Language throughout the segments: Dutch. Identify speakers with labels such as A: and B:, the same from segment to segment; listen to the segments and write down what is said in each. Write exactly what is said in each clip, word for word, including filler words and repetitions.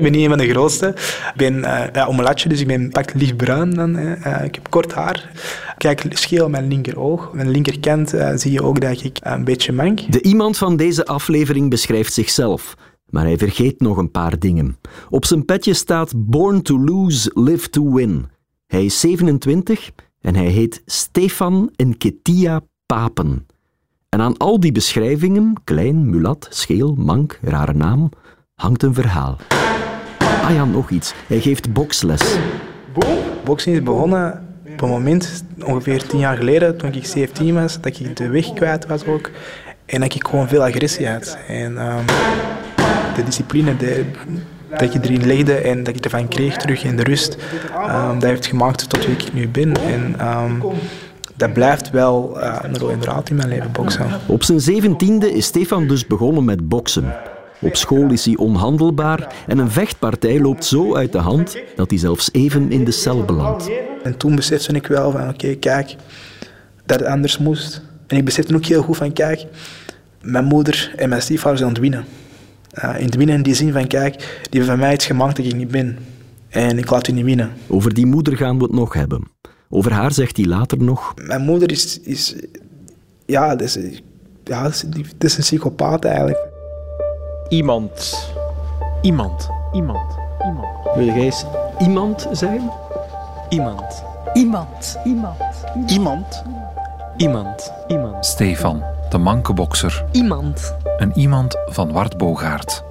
A: ben niet een van de grootste. Ik ben uh, ja, omeletje, dus ik ben pak lichtbruin. Dan, uh, ik heb kort haar. Kijk, scheel mijn linkeroog. Mijn linkerkant uh, zie je ook dat ik een beetje mank.
B: De iemand van deze aflevering beschrijft zichzelf. Maar hij vergeet nog een paar dingen. Op zijn petje staat Born to lose, live to win. Hij is zevenentwintig en hij heet Stefan Nketia Papen. En aan al die beschrijvingen, klein, mulat, scheel, mank, rare naam, hangt een verhaal. Ah ja, nog iets. Hij geeft boksles.
A: Boksen is begonnen op een moment, ongeveer tien jaar geleden, toen ik zeventien was, dat ik de weg kwijt was ook. En dat ik gewoon veel agressie had. En um, de discipline de, dat je erin legde en dat ik ervan kreeg terug in de rust, um, dat heeft gemaakt tot wie ik nu ben. En um, dat blijft wel uh, een rode draad in mijn leven, boksen.
B: Op zijn zeventiende is Stefan dus begonnen met boksen. Op school is hij onhandelbaar en een vechtpartij loopt zo uit de hand dat hij zelfs even in de cel belandt.
A: En toen besefte ik wel van, oké, okay, kijk, dat het anders moest. En ik besefte ook heel goed van, kijk, mijn moeder en mijn stiefvader zijn aan het winnen. Uh, in het winnen in die zin van, kijk, die hebben van mij iets gemaakt dat ik niet ben. En ik laat die niet winnen.
B: Over die moeder gaan we het nog hebben. Over haar zegt hij later nog...
A: Mijn moeder is... is ja, dat is, ja, dat is, dat is een psychopaat eigenlijk.
C: Iemand. Iemand. Iemand. Iemand.
B: Wil jij eens iemand zeggen?
C: Iemand.
D: Iemand. Iemand.
C: Iemand. Iemand. Iemand.
E: Stefan, de mankebokser.
D: Iemand.
E: Een iemand van Wart Bogaert.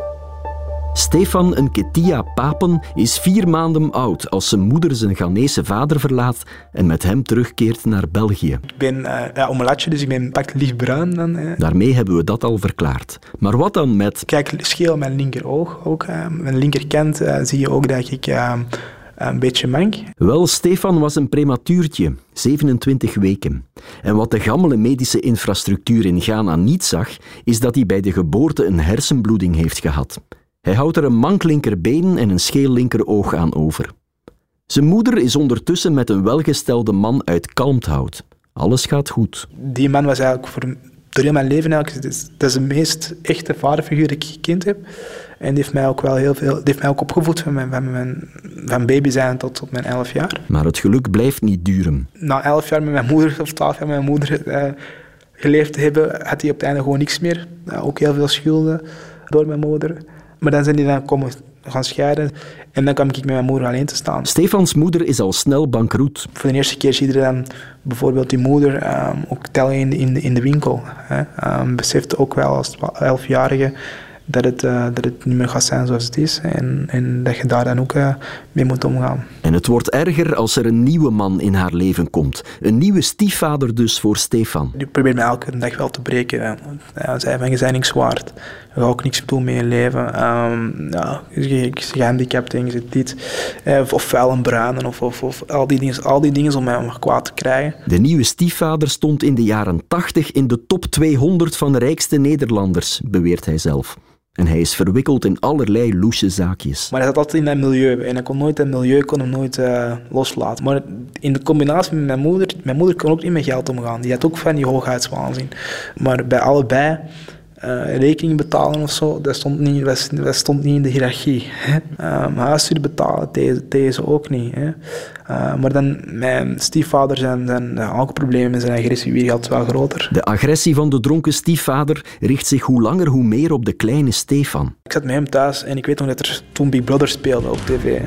B: Stefan Nketia Papen is vier maanden oud als zijn moeder zijn Ghanese vader verlaat en met hem terugkeert naar België.
A: Ik ben uh, ja, omeletje, dus ik ben pak lichtbruin. Dan, uh.
B: Daarmee hebben we dat al verklaard. Maar wat dan met...
A: Kijk, scheel mijn linkeroog ook. Uh, mijn linkerkant uh, zie je ook dat ik uh, een beetje mank.
B: Wel, Stefan was een prematuurtje, zevenentwintig weken. En wat de gammele medische infrastructuur in Ghana niet zag, is dat hij bij de geboorte een hersenbloeding heeft gehad. Hij houdt er een mank linkerbeen en een scheel linkeroog aan over. Zijn moeder is ondertussen met een welgestelde man uit Kalmthout. Alles gaat goed.
A: Die man was eigenlijk voor door heel mijn leven eigenlijk, dat is, dat is de meest echte vaderfiguur die ik gekend heb. En die heeft mij ook wel heel veel, die heeft mij ook opgevoed van mijn, van mijn van baby zijn tot, tot mijn elf jaar.
B: Maar het geluk blijft niet duren.
A: Na elf jaar met mijn moeder, of twaalf jaar met mijn moeder uh, geleefd te hebben, had hij op het einde gewoon niks meer. Uh, ook heel veel schulden door mijn moeder. Maar dan zijn die dan komen gaan scheiden en dan kwam ik met mijn moeder alleen te staan.
B: Stefans moeder is al snel bankroet.
A: Voor de eerste keer zie je dan bijvoorbeeld die moeder um, ook tellen in, in, in de winkel. Hè. Um, beseft ook wel als elfjarige dat het, uh, dat het niet meer gaat zijn zoals het is en, en dat je daar dan ook uh, mee moet omgaan.
B: En het wordt erger als er een nieuwe man in haar leven komt. Een nieuwe stiefvader dus voor Stefan.
A: Die probeert mij elke dag wel te breken. Hij zei van, je bent niks waard. Je gaat ook niks doen met je leven. Um, ja, je bent gehandicapt en je zit dit. Of, of vuil en bruinen of, of, of al, die dingen, al die dingen om mij om kwaad te krijgen.
B: De nieuwe stiefvader stond in de jaren tachtig in de top tweehonderd van de rijkste Nederlanders, beweert hij zelf. En hij is verwikkeld in allerlei loesje zaakjes.
A: Maar hij zat altijd in dat milieu. En hij kon nooit dat milieu kon hem nooit uh, loslaten. Maar in de combinatie met mijn moeder... Mijn moeder kon ook niet met geld omgaan. Die had ook van die hoogheidswaanzin. Maar bij allebei... Uh, rekening betalen of zo, dat stond niet, dat stond niet in de hiërarchie. Hè. Um, huishuur betalen, deze, deze ook niet. Hè. Uh, maar dan, mijn stiefvader, zijn, zijn alcoholproblemen en zijn agressie weer altijd wel groter.
B: De agressie van de dronken stiefvader richt zich hoe langer hoe meer op de kleine Stefan.
A: Ik zat met hem thuis en ik weet nog dat er toen Big Brother speelde op tv.
F: Leef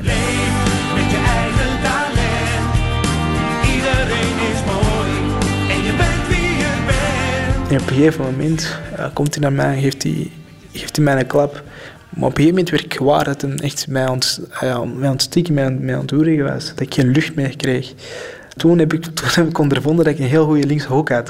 F: met je eigen talent. Iedereen is mooi en je bent wie je bent.
A: En op een gegeven moment uh, komt hij naar mij en geeft hij, geeft hij mij een klap. Maar op een gegeven moment werd ik gewaar dat hij echt mij aan het stikken, mij aan het onthoeren was. Dat ik geen lucht meer kreeg. Toen heb ik, toen heb ik ondervonden dat ik een heel goede linkse hoek had.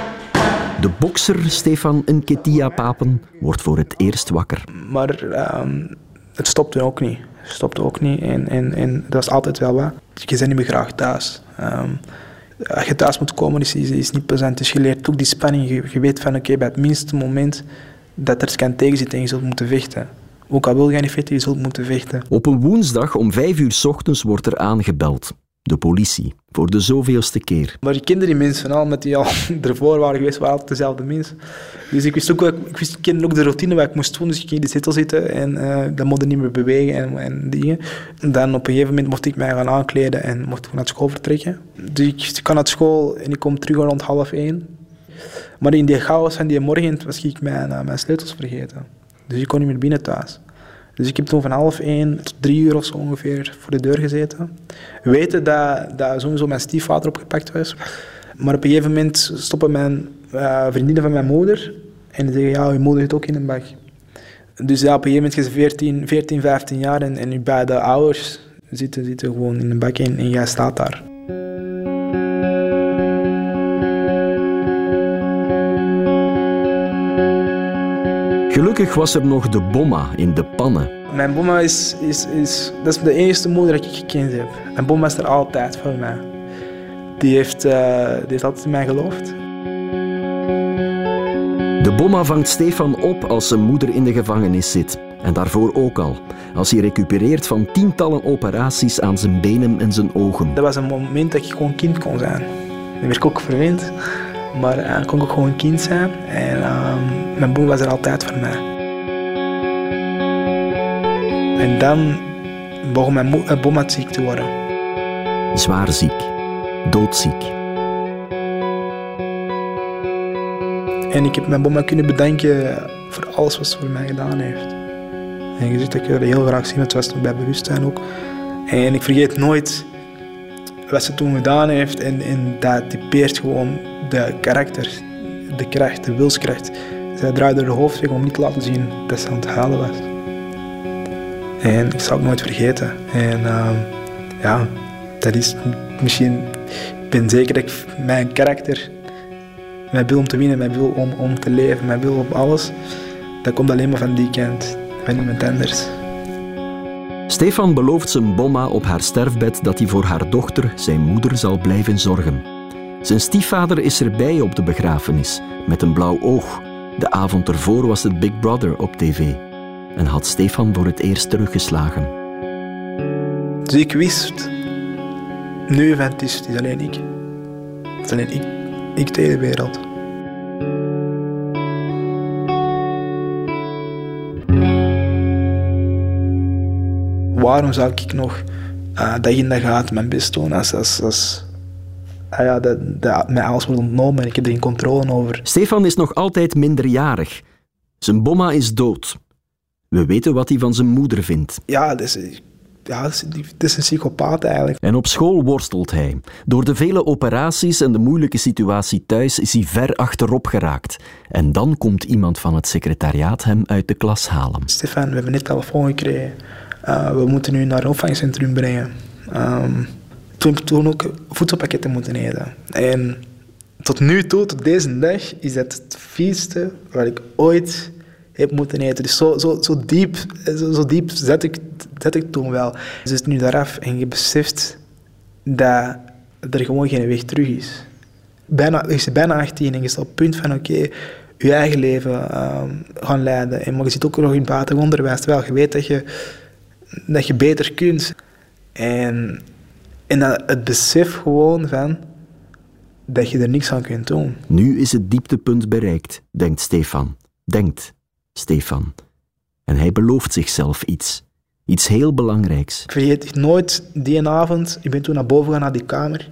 B: De bokser Stefan Nketia Papen wordt voor het eerst wakker.
A: Maar um, het stopte ook niet. Het stopte ook niet en, en, en dat was altijd wel wat. Je bent niet meer graag thuis. Um, Als je thuis moet komen, is, is, is niet plezant. Dus je leert ook die spanning. Je, je weet van, oké, okay, bij het minste moment dat er kan tegenzitten en je zult moeten vechten. Ook al wil je niet vechten, je zult moeten vechten.
B: Op een woensdag om vijf uur 's ochtends wordt er aangebeld. De politie, voor de zoveelste keer.
A: Maar ik kende die mensen al, met die al ervoor waren geweest, waren altijd dezelfde mensen. Dus ik wist ook, wel- ik, wist, ik kende ook de routine wat ik moest doen, dus ik ging in de zetel zitten en uh, dan mocht ik niet meer bewegen en, en dingen. En dan op een gegeven moment mocht ik mij gaan aankleden en mocht ik naar school vertrekken. Dus ik kan naar school en ik kom terug rond half één. Maar in die chaos van die morgen was ik mijn, uh, mijn sleutels vergeten. Dus ik kon niet meer binnen thuis. Dus ik heb toen van half één tot drie uur of zo ongeveer voor de deur gezeten. Weten dat, dat sowieso mijn stiefvader opgepakt was. Maar op een gegeven moment stoppen mijn uh, vriendinnen van mijn moeder en die zeggen, ja, je moeder zit ook in een bak. Dus ja, op een gegeven moment is ze veertien, veertien, vijftien jaar en, en je beide ouders zitten, zitten gewoon in een bak en, en jij staat daar.
B: Gelukkig was er nog de bomma in de pannen.
A: Mijn bomma is, is, is, dat is de enige moeder die ik gekend heb. Mijn bomma is er altijd voor mij. Die heeft, uh, die heeft altijd in mij geloofd.
B: De bomma vangt Stefan op als zijn moeder in de gevangenis zit. En daarvoor ook al, als hij recupereert van tientallen operaties aan zijn benen en zijn ogen.
A: Dat was een moment dat ik gewoon kind kon zijn. Dan werd ik ook verwend, maar uh, kon ik ook gewoon kind zijn. En uh, mijn bomma was er altijd voor mij. En dan begon mijn mo- bomma ziek te worden.
B: Zwaar ziek, doodziek.
A: En ik heb mijn bomma kunnen bedanken voor alles wat ze voor mij gedaan heeft. En je ziet dat ik haar heel graag zie, want ze was nog bij bewustzijn ook. En ik vergeet nooit wat ze toen gedaan heeft. En, en dat typeert gewoon de karakter, de kracht, de wilskracht. Zij draaide haar hoofd weg om niet te laten zien dat ze aan het huilen was. En ik zal het nooit vergeten. En uh, ja, dat is misschien... Ik ben zeker dat ik mijn karakter, mijn wil om te winnen, mijn wil om, om te leven, mijn wil op alles, dat komt alleen maar van die kant, van iemand anders.
B: Stefan belooft zijn bomma op haar sterfbed dat hij voor haar dochter, zijn moeder, zal blijven zorgen. Zijn stiefvader is erbij op de begrafenis, met een blauw oog. De avond ervoor was het Big Brother op tv. En had Stefan voor het eerst teruggeslagen.
A: Dus ik wist, nu van het is, het is alleen ik. Het is alleen ik, ik tegen de wereld. Waarom zou ik nog uh, dag in dag uit mijn best doen als, als, als uh, ja, dat, dat mij alles wordt ontnomen en ik heb er geen controle over.
B: Stefan is nog altijd minderjarig. Zijn bomma is dood. We weten wat hij van zijn moeder vindt.
A: Ja, dat is, ja, dat is, dat is een psychopaat eigenlijk.
B: En op school worstelt hij. Door de vele operaties en de moeilijke situatie thuis is hij ver achterop geraakt. En dan komt iemand van het secretariaat hem uit de klas halen.
A: Stefan, we hebben net telefoon gekregen. Uh, we moeten nu naar een opvangcentrum brengen. Um, toen heb ik toen ook voedselpakketten moeten eten. En tot nu toe, tot deze dag, is dat het vieste wat ik ooit heb moeten eten. Dus zo, zo, zo, diep, zo, zo diep zat ik, zat ik toen wel. Dus het is nu daaraf en je beseft dat er gewoon geen weg terug is. Bijna, je bent bijna achttien en je staat op het punt van oké, okay, je eigen leven um, gaan leiden. En, maar je zit ook nog in het buitenonderwijs, terwijl je weet dat je, dat je beter kunt. En, en dat, het besef gewoon van dat je er niks aan kunt doen.
B: Nu is het dieptepunt bereikt, denkt Stefan. Denkt Stefan. En hij belooft zichzelf iets. Iets heel belangrijks.
A: Ik vergeet nooit die avond. Ik ben toen naar boven gegaan naar die kamer.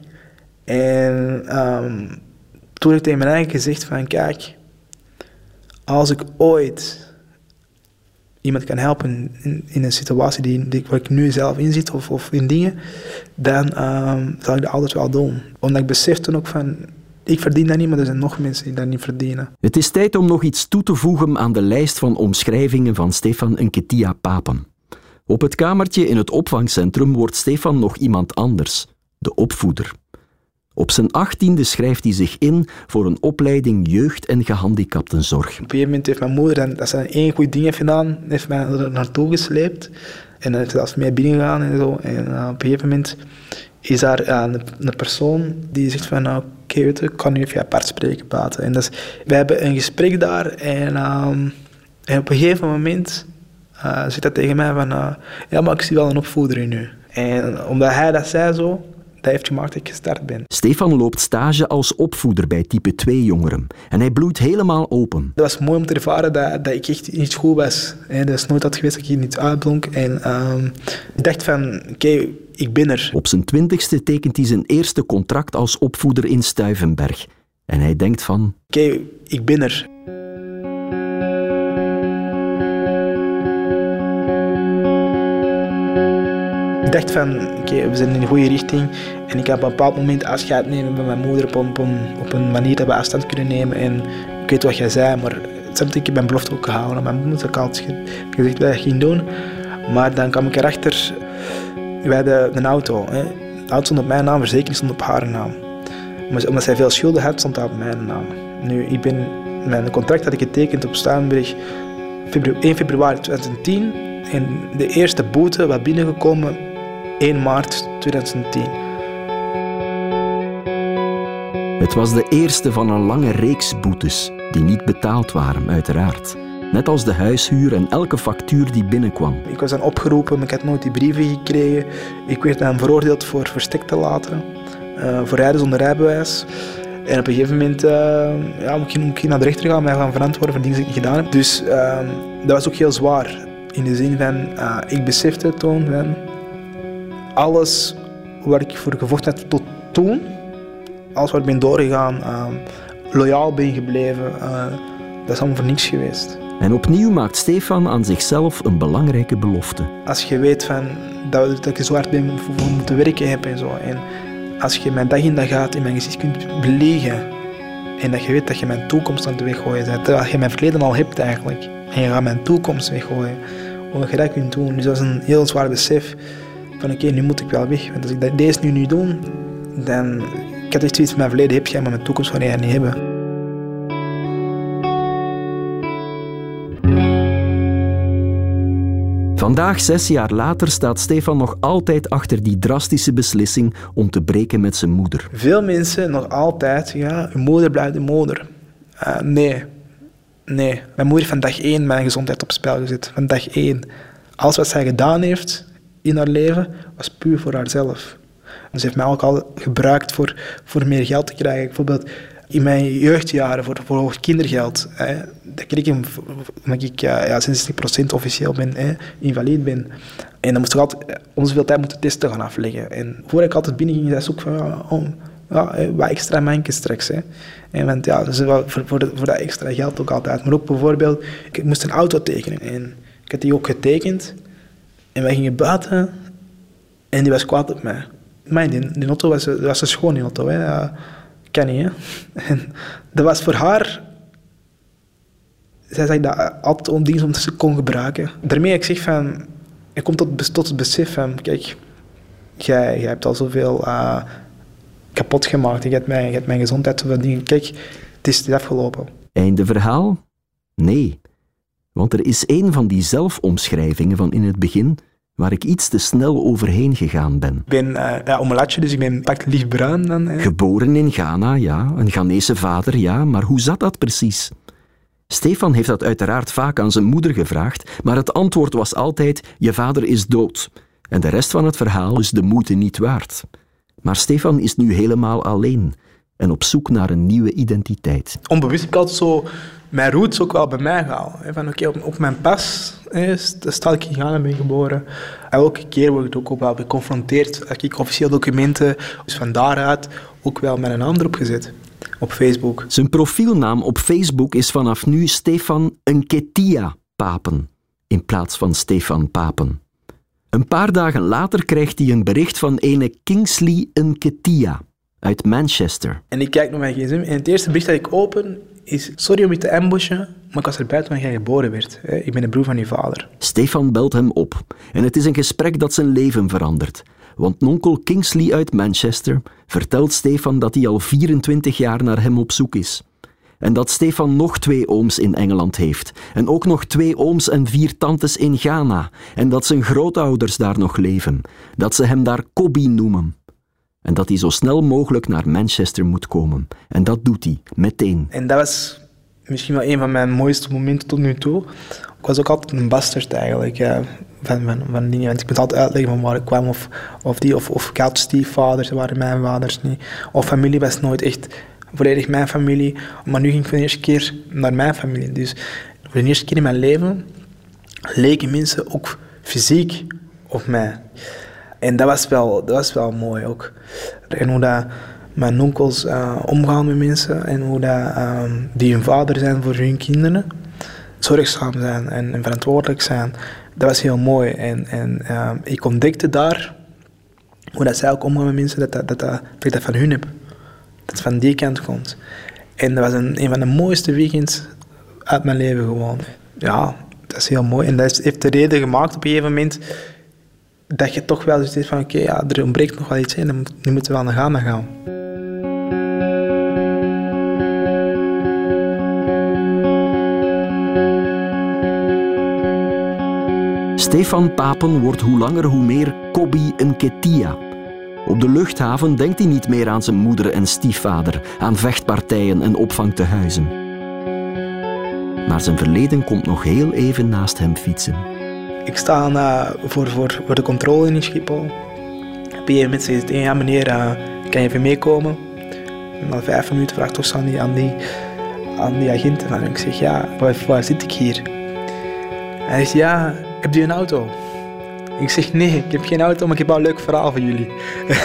A: En um, toen heb ik tegen mijn eigen gezegd van kijk, als ik ooit iemand kan helpen in, in een situatie die, die, waar ik nu zelf in zit of, of in dingen, dan um, zal ik dat altijd wel doen. Omdat ik besef toen ook van, ik verdien dat niet, maar er zijn nog mensen die dat niet verdienen.
B: Het is tijd om nog iets toe te voegen aan de lijst van omschrijvingen van Stefan Nketia Papen. Op het kamertje in het opvangcentrum wordt Stefan nog iemand anders, de opvoeder. Op zijn achttiende schrijft hij zich in voor een opleiding jeugd- en gehandicaptenzorg.
A: Op een gegeven moment heeft mijn moeder, dan, dat ze één goed ding heeft gedaan, heeft mij er naartoe gesleept. En dan heeft ze zelfs mee binnengegaan en zo. En uh, op een gegeven moment is daar uh, een, een persoon die zegt van, nou, oké, okay, weet je, ik kan nu even apart spreken buiten. En dat is, wij hebben een gesprek daar en, um, en op een gegeven moment uh, zegt hij tegen mij van, uh, ja, maar ik zie wel een opvoeder in u. En omdat hij dat zei zo, dat heeft gemaakt dat ik gestart ben.
B: Stefan loopt stage als opvoeder bij type twee jongeren en hij bloeit helemaal open.
A: Dat was mooi om te ervaren dat, dat ik echt niet goed was. Hè. Dat is nooit dat geweest dat ik niet uitblonk. En uh, ik dacht van, oké, okay, ik ben er.
B: Op zijn twintigste tekent hij zijn eerste contract als opvoeder in Stuyvenberg. En hij denkt van...
A: Oké, okay, ik ben er. Ik dacht van, oké, okay, we zijn in de goede richting. En ik heb op een bepaald moment afscheid nemen met mijn moeder op een, op een, op een manier dat we afstand kunnen nemen. En ik weet wat jij zei, maar ik heb mijn belofte ook gehouden. Mijn moeder had altijd gezegd dat ik ging doen. Maar dan kwam ik erachter, wij hadden een auto. Hè. De auto stond op mijn naam, verzekering stond op haar naam. Maar omdat zij veel schulden had, stond dat op mijn naam. Nu, ik ben, mijn contract had ik getekend op Stuyvenberg één februari tweeduizend tien. En de eerste boete was binnengekomen één maart tweeduizend tien.
B: Het was de eerste van een lange reeks boetes, die niet betaald waren, uiteraard. Net als de huishuur en elke factuur die binnenkwam.
A: Ik was dan opgeroepen, maar ik had nooit die brieven gekregen. Ik werd dan veroordeeld voor verstek te laten, uh, voor rijden zonder rijbewijs. En op een gegeven moment uh, ja, moet, ik, moet ik naar de rechter gaan, mij gaan verantwoorden voor dingen die ik niet gedaan heb. Dus uh, dat was ook heel zwaar. In de zin van, uh, ik besefte toen van alles waar ik voor gevochten heb tot toen, alles waar ik ben doorgegaan, uh, loyaal ben gebleven, uh, dat is allemaal voor niks geweest.
B: En opnieuw maakt Stefan aan zichzelf een belangrijke belofte.
A: Als je weet van, dat, dat ik zo hard ben voor moeten werken heb en zo. En als je mijn dag in dag uit in mijn gezicht kunt belegen en dat je weet dat je mijn toekomst aan het weggooien bent, terwijl je mijn verleden al hebt eigenlijk, en je gaat mijn toekomst weggooien, hoe je dat kunt doen. Dus dat is een heel zwaar besef van oké, okay, nu moet ik wel weg. Want als ik deze nu niet doe, dan... Ik had echt zoiets van mijn verleden heb jij, maar mijn toekomst ga je niet hebben.
B: Vandaag, zes jaar later, staat Stefan nog altijd achter die drastische beslissing om te breken met zijn moeder.
A: Veel mensen nog altijd, ja, je moeder blijft je moeder. Uh, nee. Nee. Mijn moeder heeft van dag één mijn gezondheid op spel gezet. Van dag één. Alles wat zij gedaan heeft in haar leven, was puur voor haarzelf. Ze heeft mij ook al gebruikt voor, voor meer geld te krijgen. Bijvoorbeeld in mijn jeugdjaren voor, voor hoog kindergeld. Hè. Dat kreeg ik omdat ik ja, ja, zesenzestig procent officieel ben, hè, invalide ben. En dan moest ik altijd om zoveel tijd moeten testen gaan afleggen. En voordat ik altijd binnen ging, zei ze ook van ja, oh, ja, wat extra mandjes straks. Hè. En want ja, dus voor, voor, de, voor dat extra geld ook altijd. Maar ook bijvoorbeeld, ik moest een auto tekenen. En ik had die ook getekend. En wij gingen buiten en die was kwaad op mij. Maar die, die auto was, was een schone auto, hè. Dat kan niet, hè. En dat was voor haar... Zij zei dat altijd om dingen om te kon gebruiken. Daarmee ik zeg van... Je komt tot, tot het besef van... Kijk, jij, jij hebt al zoveel uh, kapot gemaakt. Je hebt mijn, je hebt mijn gezondheid, zoveel dingen. Kijk, het is, het is afgelopen.
B: Einde verhaal? Nee. Want er is één van die zelfomschrijvingen van in het begin... waar ik iets te snel overheen gegaan ben.
A: Ik ben uh, ja, omelatje, dus ik ben pak liefbruin dan. Hè.
B: Geboren in Ghana, ja. Een Ghanese vader, ja. Maar hoe zat dat precies? Stefan heeft dat uiteraard vaak aan zijn moeder gevraagd, maar het antwoord was altijd, je vader is dood. En de rest van het verhaal is de moeite niet waard. Maar Stefan is nu helemaal alleen en op zoek naar een nieuwe identiteit.
A: Onbewust heb ik altijd zo mijn roots ook wel bij mij gehaald. Van oké, okay, op, op mijn pas hè, sta ik in Ghana ben geboren. Elke keer word ik ook wel geconfronteerd. Als ik officieel documenten, dus van daaruit ook wel met een naam erop gezet. Op Facebook.
B: Zijn profielnaam op Facebook is vanaf nu Stefan Nketia Papen, in plaats van Stefan Papen. Een paar dagen later krijgt hij een bericht van ene Kingsley Nketia uit Manchester.
A: En ik kijk naar mijn gsm en het eerste bericht dat ik open is... Sorry om je te ambushen, maar ik was erbij toen jij geboren werd. Ik ben de broer van je vader.
B: Stefan belt hem op en het is een gesprek dat zijn leven verandert. Want nonkel Kingsley uit Manchester vertelt Stefan dat hij al vierentwintig jaar naar hem op zoek is. En dat Stefan nog twee ooms in Engeland heeft. En ook nog twee ooms en vier tantes in Ghana. En dat zijn grootouders daar nog leven. Dat ze hem daar Kobby noemen. En dat hij zo snel mogelijk naar Manchester moet komen. En dat doet hij, meteen.
A: En dat was misschien wel een van mijn mooiste momenten tot nu toe. Ik was ook altijd een bastard eigenlijk. Ja. van, van, van dingen. Want ik moet altijd uitleggen van waar ik kwam. Of, of, die, of, of ik had stiefvaders, waren mijn vaders niet. Of familie was nooit echt volledig mijn familie. Maar nu ging ik voor de eerste keer naar mijn familie. Dus voor de eerste keer in mijn leven leken mensen ook fysiek op mij. En dat was wel, dat was wel mooi ook. En hoe dat mijn onkels uh, omgaan met mensen en hoe dat, um, die hun vader zijn voor hun kinderen, zorgzaam zijn en, en verantwoordelijk zijn, dat was heel mooi. En, en uh, ik ontdekte daar hoe dat zij ook omgaan met mensen, dat dat, dat, dat, dat ik dat van hun heb. Dat het van die kant komt. En dat was een, een van de mooiste weekends uit mijn leven gewoon. Ja, dat is heel mooi. En dat heeft de reden gemaakt op een gegeven moment dat je toch wel zoiets hebt van oké, okay, ja, er ontbreekt nog wel iets in, dan nu moeten we aan de gang gaan.
B: Stefan Papen wordt hoe langer hoe meer Kobi Nketia. Op de luchthaven denkt hij niet meer aan zijn moeder en stiefvader, aan vechtpartijen en opvangtehuizen. Maar zijn verleden komt nog heel even naast hem fietsen.
A: Ik sta uh, voor, voor, voor de controle in Schiphol. Op een gegeven moment zegt hij, ja meneer, uh, kan je even meekomen? En na vijf minuten vraagt toch aan die, aan die, aan die agenten. En ik zeg, ja, waar, waar zit ik hier? Hij zegt, ja, heb je een auto? Ik zeg, nee, ik heb geen auto, maar ik heb wel een leuk verhaal voor jullie.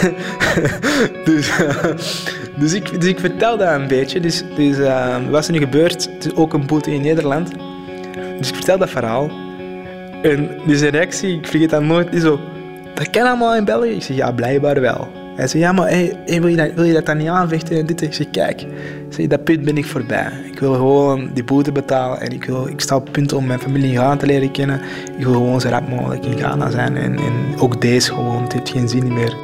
A: dus, uh, dus, ik, dus ik vertel dat een beetje. Dus, dus uh, wat is er nu gebeurd? Het is ook een boete in Nederland. Dus ik vertel dat verhaal. En dus zijn reactie, ik vergeet dat nooit, is zo, dat kan allemaal in België? Ik zeg, ja, blijkbaar wel. Hij zegt, ja, maar hey, hey, wil, je dat, wil je dat dan niet aanvechten en dit? Ik zeg, kijk, ik zeg, dat punt ben ik voorbij. Ik wil gewoon die boete betalen en ik, wil, ik sta op het punt om mijn familie in Ghana te leren kennen. Ik wil gewoon zo rap mogelijk in Ghana zijn en, en ook deze gewoon, het heeft geen zin meer.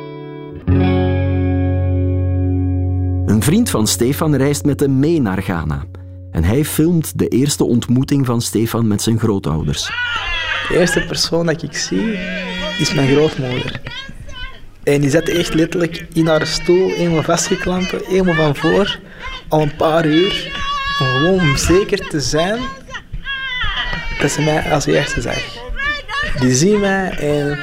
B: Een vriend van Stefan reist met hem mee naar Ghana. En hij filmt de eerste ontmoeting van Stefan met zijn grootouders.
A: De eerste persoon dat ik zie, is mijn grootmoeder. En die zat echt letterlijk in haar stoel, helemaal vastgeklampt, helemaal van voor, al een paar uur. Om gewoon om zeker te zijn dat ze mij als eerste zag. Die zien mij en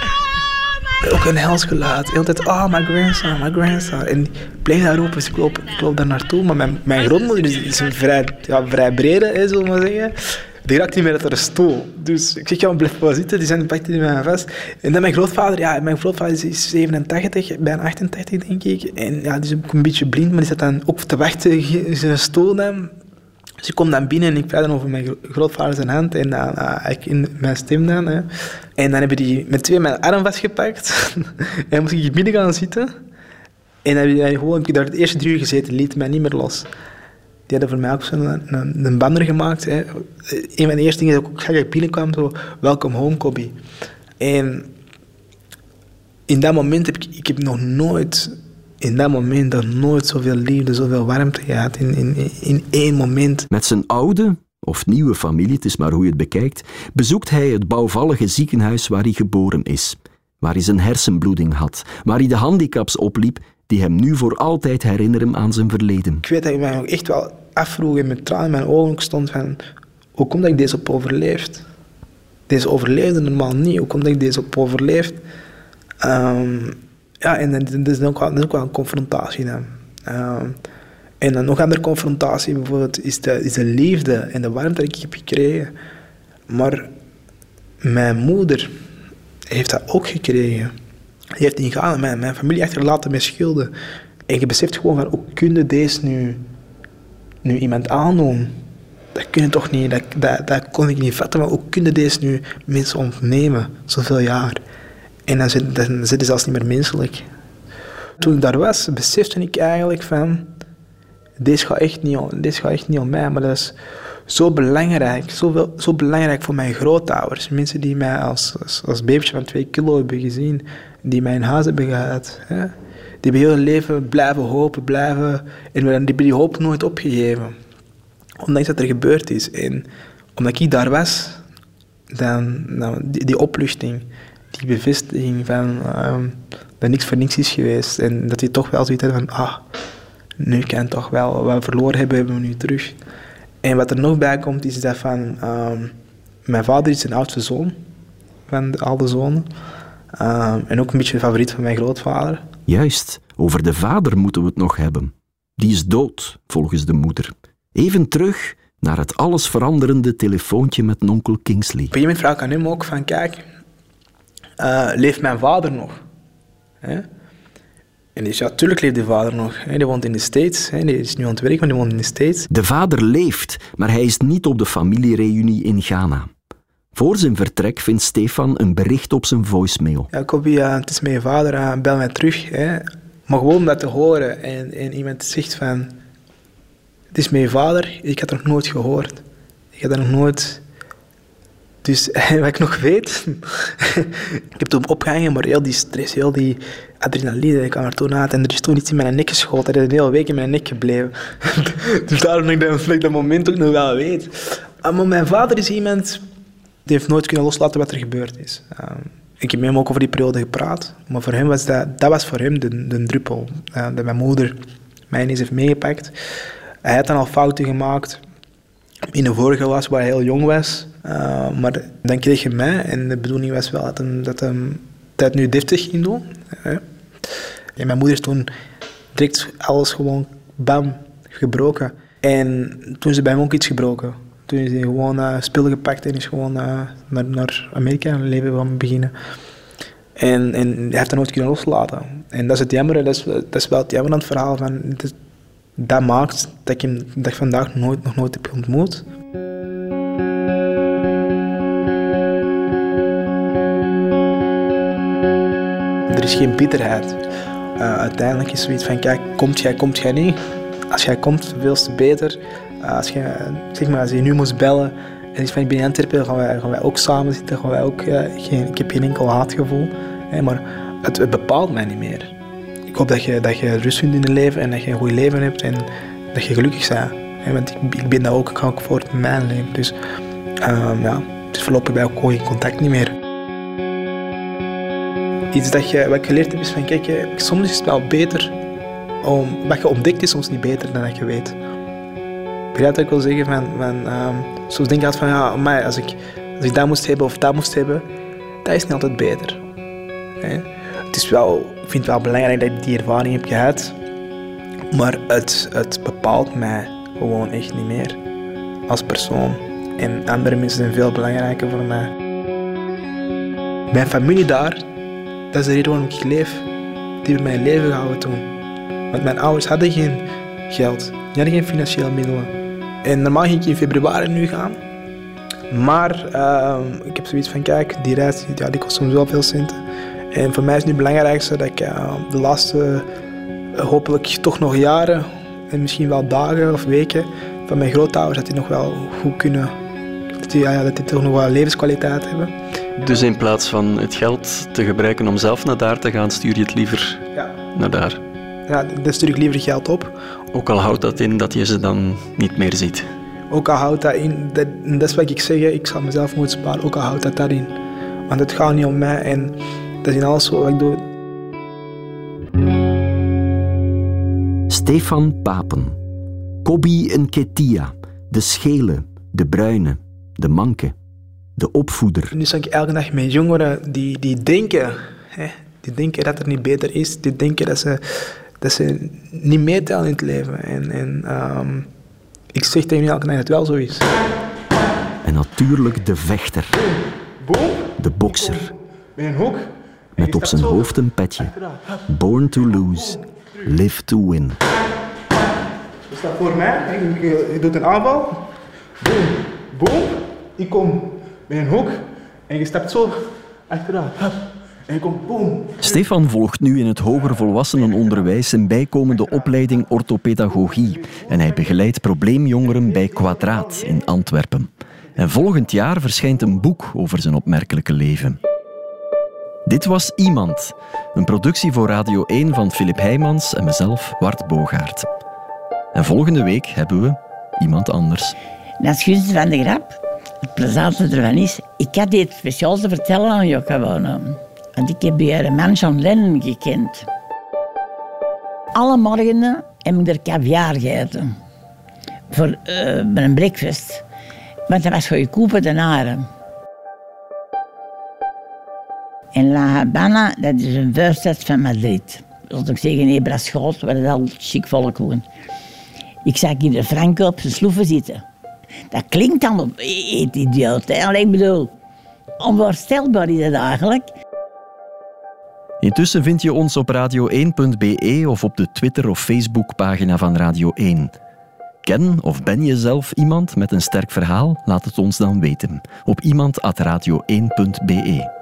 A: ook een helsgeluid. De hele tijd, oh, my grandson, my grandson. En ik bleef daar roepen, dus ik loop, ik loop daar naartoe. Maar mijn, mijn grootmoeder is, is een vrij, ja, vrij brede, hè, zullen we maar zeggen. Die raakt niet meer uit haar stoel. Dus ik zeg, ja, blijf wel zitten. Die zijn pakte die mij vast. En dan mijn grootvader, ja, mijn grootvader is zevenentachtig, bijna achtentachtig, denk ik. En ja, die is ook een beetje blind, maar die zat dan ook te wachten in zijn stoel dan. Dus ik kom dan binnen en ik praat dan over mijn grootvader zijn hand en dan uh, ik in mijn stem dan. Hè. En dan hebben die met twee mijn arm vastgepakt. En dan moest ik binnen gaan zitten. En dan heb ik, gewoon, heb ik daar het eerste drie uur gezeten, liet mij niet meer los. Die hadden voor mij ook zo'n een, een banner gemaakt. Hè. Een van de eerste dingen dat ik graag binnenkwam, zo, welcome home, Kobi. En in dat moment heb ik, ik heb nog nooit, in dat moment nog nooit zoveel liefde, zoveel warmte gehad in, in, in één moment.
B: Met zijn oude of nieuwe familie, het is maar hoe je het bekijkt, bezoekt hij het bouwvallige ziekenhuis waar hij geboren is. Waar hij zijn hersenbloeding had, waar hij de handicaps opliep die hem nu voor altijd herinneren aan zijn verleden.
A: Ik weet dat ik mij nog echt wel afvroeg en met tranen in mijn ogen stond van, hoe komt dat ik deze op overleefd? Deze overleefde normaal niet, hoe komt dat ik deze op overleefd? Um, ja, en dat is ook wel, dat is ook wel een confrontatie dan. Um, en dan nog een andere confrontatie bijvoorbeeld is de, is de liefde en de warmte die ik heb gekregen. Maar mijn moeder heeft dat ook gekregen. Die heeft niet gaan, mijn, mijn familie achterlaten met schulden. En je beseft gewoon van, hoe kun je deze nu, nu iemand aandoen? Dat kun je toch niet, dat, dat, dat kon ik niet vatten, maar hoe kun je deze nu mensen ontnemen, zoveel jaar? En dan zit, dan zit het zelfs niet meer menselijk. Toen ik daar was, besefte ik eigenlijk van, deze gaat echt niet om, deze gaat echt niet om mij, maar dat is zo belangrijk, zo, zo belangrijk voor mijn grootouders. Mensen die mij als, als, als babytje van twee kilo hebben gezien, die mij in huis hebben gehad. Hè? Die hebben heel hun leven blijven hopen, blijven, en die hebben die hoop nooit opgegeven. Ondanks dat er gebeurd is. En omdat ik daar was, dan, dan die, die opluchting, die bevestiging van um, dat niks voor niks is geweest. En dat die toch wel zoiets hadden van, ah, nu kan het toch wel, wat we verloren hebben, hebben we nu terug. En wat er nog bij komt, is dat van, um, mijn vader is zijn oudste zoon. van de, al de zonen. Uh, en ook een beetje de favoriet van mijn grootvader.
B: Juist, over de vader moeten we het nog hebben. Die is dood, volgens de moeder. Even terug naar het alles veranderende telefoontje met onkel Kingsley.
A: Op een gegeven moment vraag ik aan hem ook van, kijk, uh, leeft mijn vader nog? Hè? En die zei, ja, tuurlijk leeft die vader nog. Hè? Die woont in de States. Hè? Die is nu aan het werk, maar die woont in de States.
B: De vader leeft, maar hij is niet op de familiereunie in Ghana. Voor zijn vertrek vindt Stefan een bericht op zijn voicemail.
A: Ja, Kobi, uh, het is mijn vader, uh, bel mij terug. Hè? Maar gewoon om dat te horen en, en iemand zegt van... Het is mijn vader, ik had het nog nooit gehoord. Ik had dat nog nooit... Dus wat ik nog weet... ik heb toen opgehangen, maar heel die stress, heel die adrenaline, ik kwam er toen uit. En er is toen iets in mijn nek geschoten. Dat is een hele week in mijn nek gebleven. Dus daarom dat ik dat, dat moment ook nog wel weet. Maar mijn vader is iemand... Die heeft nooit kunnen loslaten wat er gebeurd is. Um, ik heb met hem ook over die periode gepraat. Maar voor hem was dat... Dat was voor hem de, de druppel. Uh, dat mijn moeder mij ineens heeft meegepakt. Hij had dan al fouten gemaakt in de vorige was, waar hij heel jong was. Uh, maar dan kreeg je mij en de bedoeling was wel dat hij dat hem, dat nu deftig ging doen. Uh, en mijn moeder is toen direct alles gewoon bam, gebroken. En toen is er bij hem ook iets gebroken. Toen is hij gewoon uh, spul gepakt en is gewoon uh, naar, naar Amerika een leven van beginnen. En, en hij heeft dat nooit kunnen loslaten. En dat is het jammer, dat is, dat is wel het jammer aan het verhaal van... Dat, Dat maakt dat ik hem dat ik vandaag nooit, nog nooit heb ontmoet. Er is geen bitterheid. Uh, uiteindelijk is zoiets van, kijk, komt jij, komt jij niet. Als jij komt, veel te beter. Uh, als, je, zeg maar, als je nu moest bellen en is van, ik ben in Antwerpen, gaan wij, gaan wij ook samen zitten. Gaan wij ook, uh, geen, ik heb geen enkel haatgevoel. Hey, maar het, het bepaalt mij niet meer. Ik hoop dat je, dat je rust vindt in je leven en dat je een goed leven hebt en dat je gelukkig bent. Hè? Want ik, ik ben dat ook, ik ga ook voort met mijn leven. Dus um, ja, dus voorlopig ben ik ook geen contact niet meer. Iets dat je, wat ik geleerd heb is van, kijk, soms is het wel beter, om, wat je ontdekt is soms niet beter dan dat je weet. Ik weet dat ik wil zeggen, van, van, um, soms denk ik altijd van, ja, maar als ik, als ik dat moest hebben of dat moest hebben, dat is niet altijd beter. Hè? Het is wel, ik vind het wel belangrijk dat ik die ervaring heb gehad, maar het, het bepaalt mij gewoon echt niet meer als persoon. En andere mensen zijn veel belangrijker voor mij. Mijn familie daar, dat is de reden waarom ik leef. Die hebben mijn leven gehouden toen. Want mijn ouders hadden geen geld, die hadden geen financiële middelen. En normaal ging ik in februari nu gaan, maar uh, ik heb zoiets van, kijk, die reis ja, die kost soms wel veel centen. En voor mij is het nu het belangrijkste dat ik uh, de laatste, uh, hopelijk toch nog jaren, en misschien wel dagen of weken, van mijn grootouders, dat die nog wel goed kunnen, dat die, ja, dat die toch nog wel levenskwaliteit hebben.
D: Dus in plaats van het geld te gebruiken om zelf naar daar te gaan, stuur je het liever
A: ja.
D: naar daar?
A: Ja, dan stuur ik liever geld op.
D: Ook al houdt dat in dat je ze dan niet meer ziet?
A: Ook al houdt dat in, dat, dat is wat ik zeg, ik zal mezelf moeten sparen, ook al houdt dat daarin. Want het gaat niet om mij en dat is in alles wat ik doe.
B: Stefan Papen. Kobi Nketia. De schele, de bruine, de manke, de opvoeder.
A: Nu sta ik elke dag met jongeren die, die denken, hè, die denken dat er niet beter is, die denken dat ze, dat ze niet meetellen in het leven. En, en um, ik zeg tegen hen elke dag dat het wel zo is.
B: En natuurlijk de vechter. De bokser.
A: Bij een hoek.
B: Met op zijn hoofd een petje. Born to lose, live to win.
A: Je staat voor mij, je, je doet een aanval. Boom, boom. Ik kom bij een hoek en je stapt zo achteruit. En je komt boom.
B: Stefan volgt nu in het hoger volwassenenonderwijs een bijkomende opleiding orthopedagogie. En hij begeleidt probleemjongeren bij Kwadraat in Antwerpen. En volgend jaar verschijnt een boek over zijn opmerkelijke leven. Dit was Iemand, een productie voor Radio één van Filip Heijmans en mezelf, Wart Bogaert. En volgende week hebben we iemand anders.
G: Dat is gunst van de grap. Het plezante ervan is, ik had iets speciaals te vertellen aan Jocke Wonen. Want ik heb hier een man John Lennon gekend. Alle morgenen heb ik er caviar gegeten. Voor uh, een breakfast. Want dat was goedkoop uit de haren. En La Habana, dat is een vuiststad van Madrid. Dat wil ik zeggen, Ebraschoot, waar het al chic volk woont. Ik zag hier de Franco op zijn sloeven zitten. Dat klinkt allemaal eet idioot, hè? Allee, ik bedoel, onvoorstelbaar is dat eigenlijk.
B: Intussen vind je ons op radio één punt b e of op de Twitter- of Facebookpagina van Radio één. Ken of ben je zelf iemand met een sterk verhaal? Laat het ons dan weten. Op iemand apenstaartje radio één punt b e.